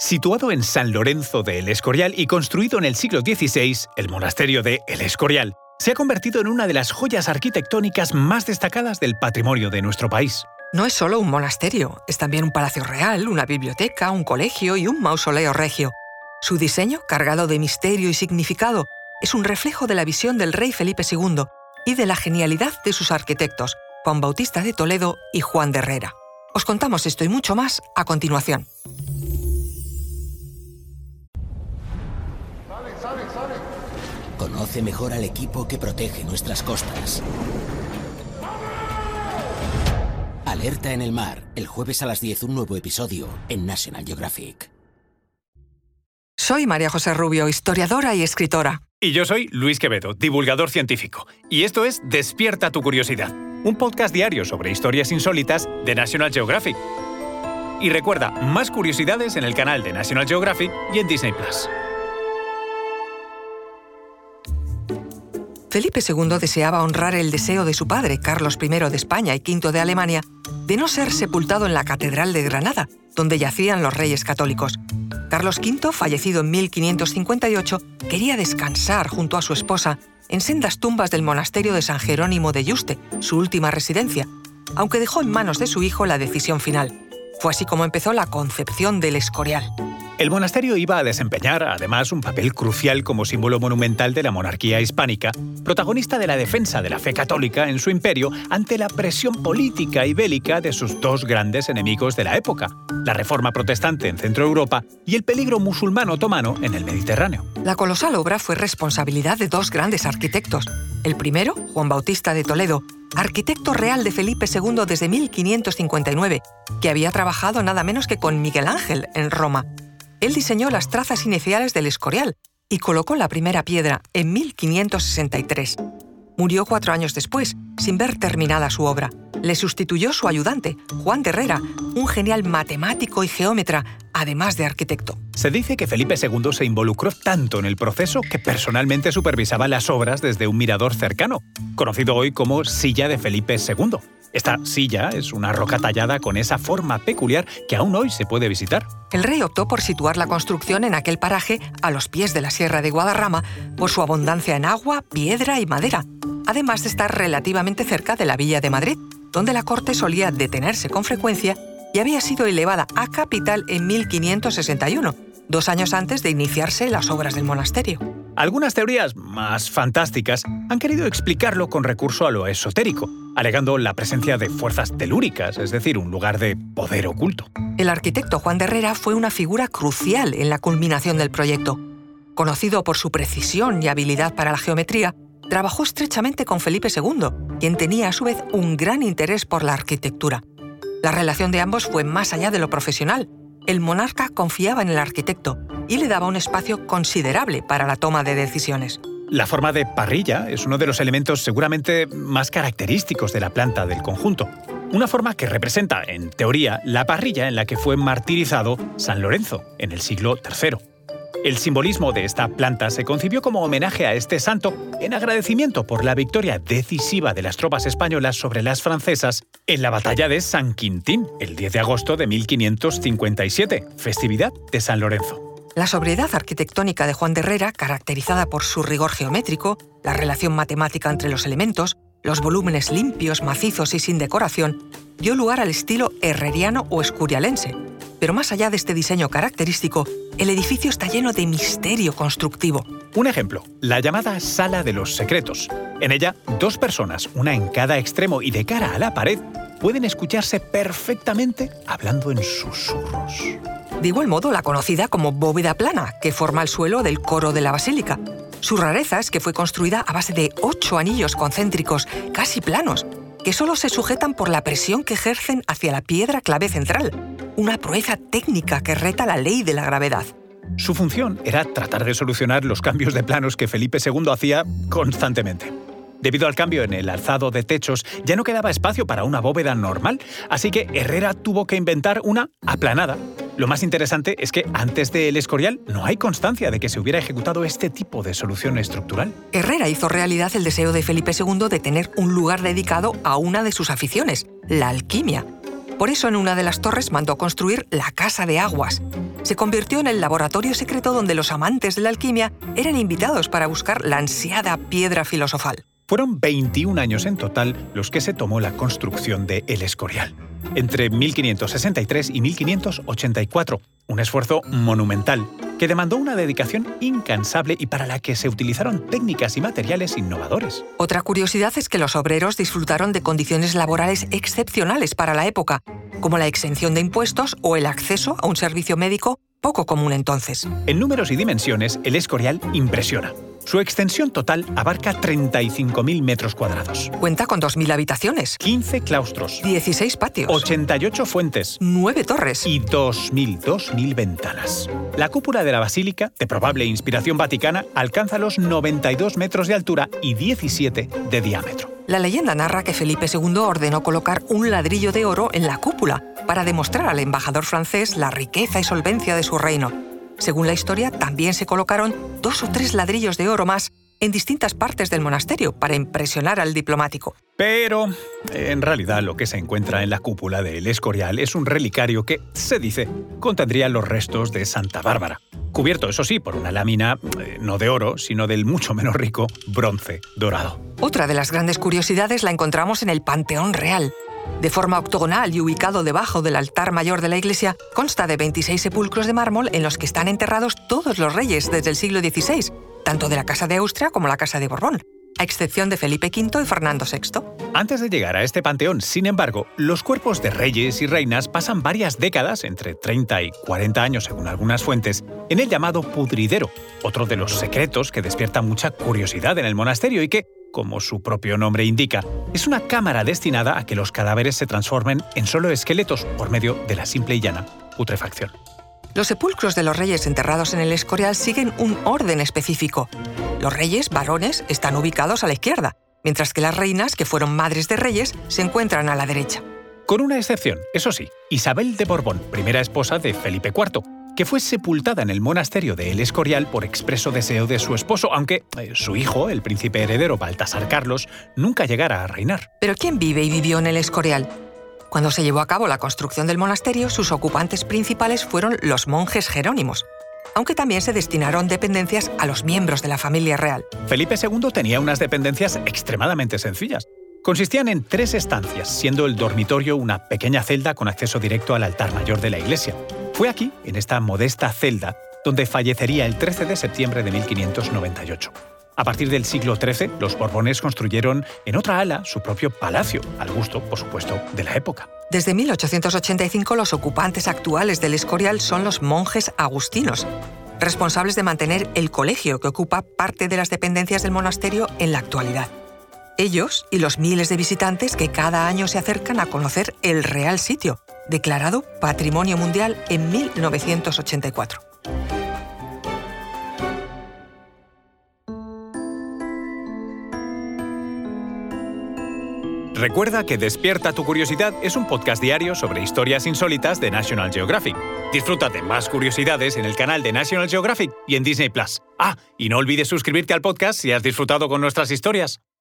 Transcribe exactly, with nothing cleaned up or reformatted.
Situado en San Lorenzo de El Escorial y construido en el siglo dieciséis, el monasterio de El Escorial se ha convertido en una de las joyas arquitectónicas más destacadas del patrimonio de nuestro país. No es solo un monasterio, es también un palacio real, una biblioteca, un colegio y un mausoleo regio. Su diseño, cargado de misterio y significado, es un reflejo de la visión del rey Felipe segundo y de la genialidad de sus arquitectos, Juan Bautista de Toledo y Juan de Herrera. Os contamos esto y mucho más a continuación. Conoce mejor al equipo que protege nuestras costas. Alerta en el mar, el jueves a las diez, un nuevo episodio en National Geographic. Soy María José Rubio, historiadora y escritora. Y yo soy Luis Quevedo, divulgador científico. Y esto es Despierta tu curiosidad, un podcast diario sobre historias insólitas de National Geographic. Y recuerda, más curiosidades en el canal de National Geographic y en Disney Plus. Felipe segundo deseaba honrar el deseo de su padre, Carlos primero de España y quinto de Alemania, de no ser sepultado en la Catedral de Granada, donde yacían los reyes católicos. Carlos quinto, fallecido en mil quinientos cincuenta y ocho, quería descansar junto a su esposa en sendas tumbas del monasterio de San Jerónimo de Yuste, su última residencia, aunque dejó en manos de su hijo la decisión final. Fue así como empezó la concepción del Escorial. El monasterio iba a desempeñar, además, un papel crucial como símbolo monumental de la monarquía hispánica, protagonista de la defensa de la fe católica en su imperio ante la presión política y bélica de sus dos grandes enemigos de la época, la reforma protestante en Centro Europa y el peligro musulmán otomano en el Mediterráneo. La colosal obra fue responsabilidad de dos grandes arquitectos. El primero, Juan Bautista de Toledo, arquitecto real de Felipe segundo desde mil quinientos cincuenta y nueve, que había trabajado nada menos que con Miguel Ángel en Roma. Él diseñó las trazas iniciales del Escorial y colocó la primera piedra en mil quinientos sesenta y tres. Murió cuatro años después, sin ver terminada su obra. Le sustituyó su ayudante, Juan de Herrera, un genial matemático y geómetra, además de arquitecto. Se dice que Felipe segundo se involucró tanto en el proceso que personalmente supervisaba las obras desde un mirador cercano, conocido hoy como Silla de Felipe segundo. Esta silla es una roca tallada con esa forma peculiar que aún hoy se puede visitar. El rey optó por situar la construcción en aquel paraje, a los pies de la Sierra de Guadarrama, por su abundancia en agua, piedra y madera, además de estar relativamente cerca de la Villa de Madrid, donde la corte solía detenerse con frecuencia y había sido elevada a capital en mil quinientos sesenta y uno, dos años antes de iniciarse las obras del monasterio. Algunas teorías más fantásticas han querido explicarlo con recurso a lo esotérico, alegando la presencia de fuerzas telúricas, es decir, un lugar de poder oculto. El arquitecto Juan de Herrera fue una figura crucial en la culminación del proyecto. Conocido por su precisión y habilidad para la geometría, trabajó estrechamente con Felipe segundo, quien tenía a su vez un gran interés por la arquitectura. La relación de ambos fue más allá de lo profesional. El monarca confiaba en el arquitecto y le daba un espacio considerable para la toma de decisiones. La forma de parrilla es uno de los elementos seguramente más característicos de la planta del conjunto. Una forma que representa, en teoría, la parrilla en la que fue martirizado San Lorenzo en el siglo tercero. El simbolismo de esta planta se concibió como homenaje a este santo en agradecimiento por la victoria decisiva de las tropas españolas sobre las francesas en la batalla de San Quintín, el diez de agosto de mil quinientos cincuenta y siete, festividad de San Lorenzo. La sobriedad arquitectónica de Juan de Herrera, caracterizada por su rigor geométrico, la relación matemática entre los elementos, los volúmenes limpios, macizos y sin decoración, dio lugar al estilo herreriano o escorialense. Pero más allá de este diseño característico, el edificio está lleno de misterio constructivo. Un ejemplo, la llamada Sala de los Secretos. En ella, dos personas, una en cada extremo y de cara a la pared, pueden escucharse perfectamente hablando en susurros. De igual modo, la conocida como bóveda plana, que forma el suelo del coro de la basílica. Su rareza es que fue construida a base de ocho anillos concéntricos, casi planos, que solo se sujetan por la presión que ejercen hacia la piedra clave central. Una proeza técnica que reta la ley de la gravedad. Su función era tratar de solucionar los cambios de planos que Felipe segundo hacía constantemente. Debido al cambio en el alzado de techos, ya no quedaba espacio para una bóveda normal, así que Herrera tuvo que inventar una aplanada. Lo más interesante es que antes del Escorial no hay constancia de que se hubiera ejecutado este tipo de solución estructural. Herrera hizo realidad el deseo de Felipe segundo de tener un lugar dedicado a una de sus aficiones, la alquimia. Por eso en una de las torres mandó construir la Casa de Aguas. se convirtió en el laboratorio secreto donde los amantes de la alquimia eran invitados para buscar la ansiada piedra filosofal. Fueron veintiún años en total los que se tomó la construcción de El Escorial, entre mil quinientos sesenta y tres y mil quinientos ochenta y cuatro, un esfuerzo monumental que demandó una dedicación incansable y para la que se utilizaron técnicas y materiales innovadores. Otra curiosidad es que los obreros disfrutaron de condiciones laborales excepcionales para la época, como la exención de impuestos o el acceso a un servicio médico poco común entonces. En números y dimensiones, El Escorial impresiona. Su extensión total abarca treinta y cinco mil metros cuadrados. Cuenta con dos mil habitaciones, quince claustros, dieciséis patios, ochenta y ocho fuentes, nueve torres y dos mil ventanas. La cúpula de la basílica, de probable inspiración vaticana, alcanza los noventa y dos metros de altura y diecisiete de diámetro. La leyenda narra que Felipe segundo ordenó colocar un ladrillo de oro en la cúpula para demostrar al embajador francés la riqueza y solvencia de su reino. Según la historia, también se colocaron dos o tres ladrillos de oro más en distintas partes del monasterio para impresionar al diplomático. Pero, en realidad, lo que se encuentra en la cúpula de El Escorial es un relicario que, se dice, contendría los restos de Santa Bárbara, cubierto, eso sí, por una lámina eh, no de oro, sino del mucho menos rico bronce dorado. Otra de las grandes curiosidades la encontramos en el Panteón Real. De forma octogonal y ubicado debajo del altar mayor de la iglesia, consta de veintiséis sepulcros de mármol en los que están enterrados todos los reyes desde el siglo dieciséis, tanto de la Casa de Austria como la Casa de Borbón, a excepción de Felipe quinto y Fernando sexto. Antes de llegar a este panteón, sin embargo, los cuerpos de reyes y reinas pasan varias décadas, entre treinta y cuarenta años según algunas fuentes, en el llamado pudridero, otro de los secretos que despierta mucha curiosidad en el monasterio y que, como su propio nombre indica, es una cámara destinada a que los cadáveres se transformen en solo esqueletos por medio de la simple y llana putrefacción. Los sepulcros de los reyes enterrados en El Escorial siguen un orden específico. Los reyes, varones, están ubicados a la izquierda, mientras que las reinas, que fueron madres de reyes, se encuentran a la derecha. Con una excepción, eso sí, Isabel de Borbón, primera esposa de Felipe cuarto, que fue sepultada en el monasterio de El Escorial por expreso deseo de su esposo, aunque eh, su hijo, el príncipe heredero Baltasar Carlos, nunca llegara a reinar. ¿Pero quién vive y vivió en El Escorial? Cuando se llevó a cabo la construcción del monasterio, sus ocupantes principales fueron los monjes jerónimos, aunque también se destinaron dependencias a los miembros de la familia real. Felipe segundo tenía unas dependencias extremadamente sencillas. Consistían en tres estancias, siendo el dormitorio una pequeña celda con acceso directo al altar mayor de la iglesia. Fue aquí, en esta modesta celda, donde fallecería el trece de septiembre de mil quinientos noventa y ocho. A partir del siglo trece, los Borbones construyeron en otra ala su propio palacio, al gusto, por supuesto, de la época. Desde mil ochocientos ochenta y cinco, los ocupantes actuales del Escorial son los monjes agustinos, responsables de mantener el colegio que ocupa parte de las dependencias del monasterio en la actualidad. Ellos y los miles de visitantes que cada año se acercan a conocer el real sitio, declarado Patrimonio Mundial en mil novecientos ochenta y cuatro. Recuerda que Despierta tu Curiosidad es un podcast diario sobre historias insólitas de National Geographic. Disfruta de más curiosidades en el canal de National Geographic y en Disney Plus. Ah, y no olvides suscribirte al podcast si has disfrutado con nuestras historias.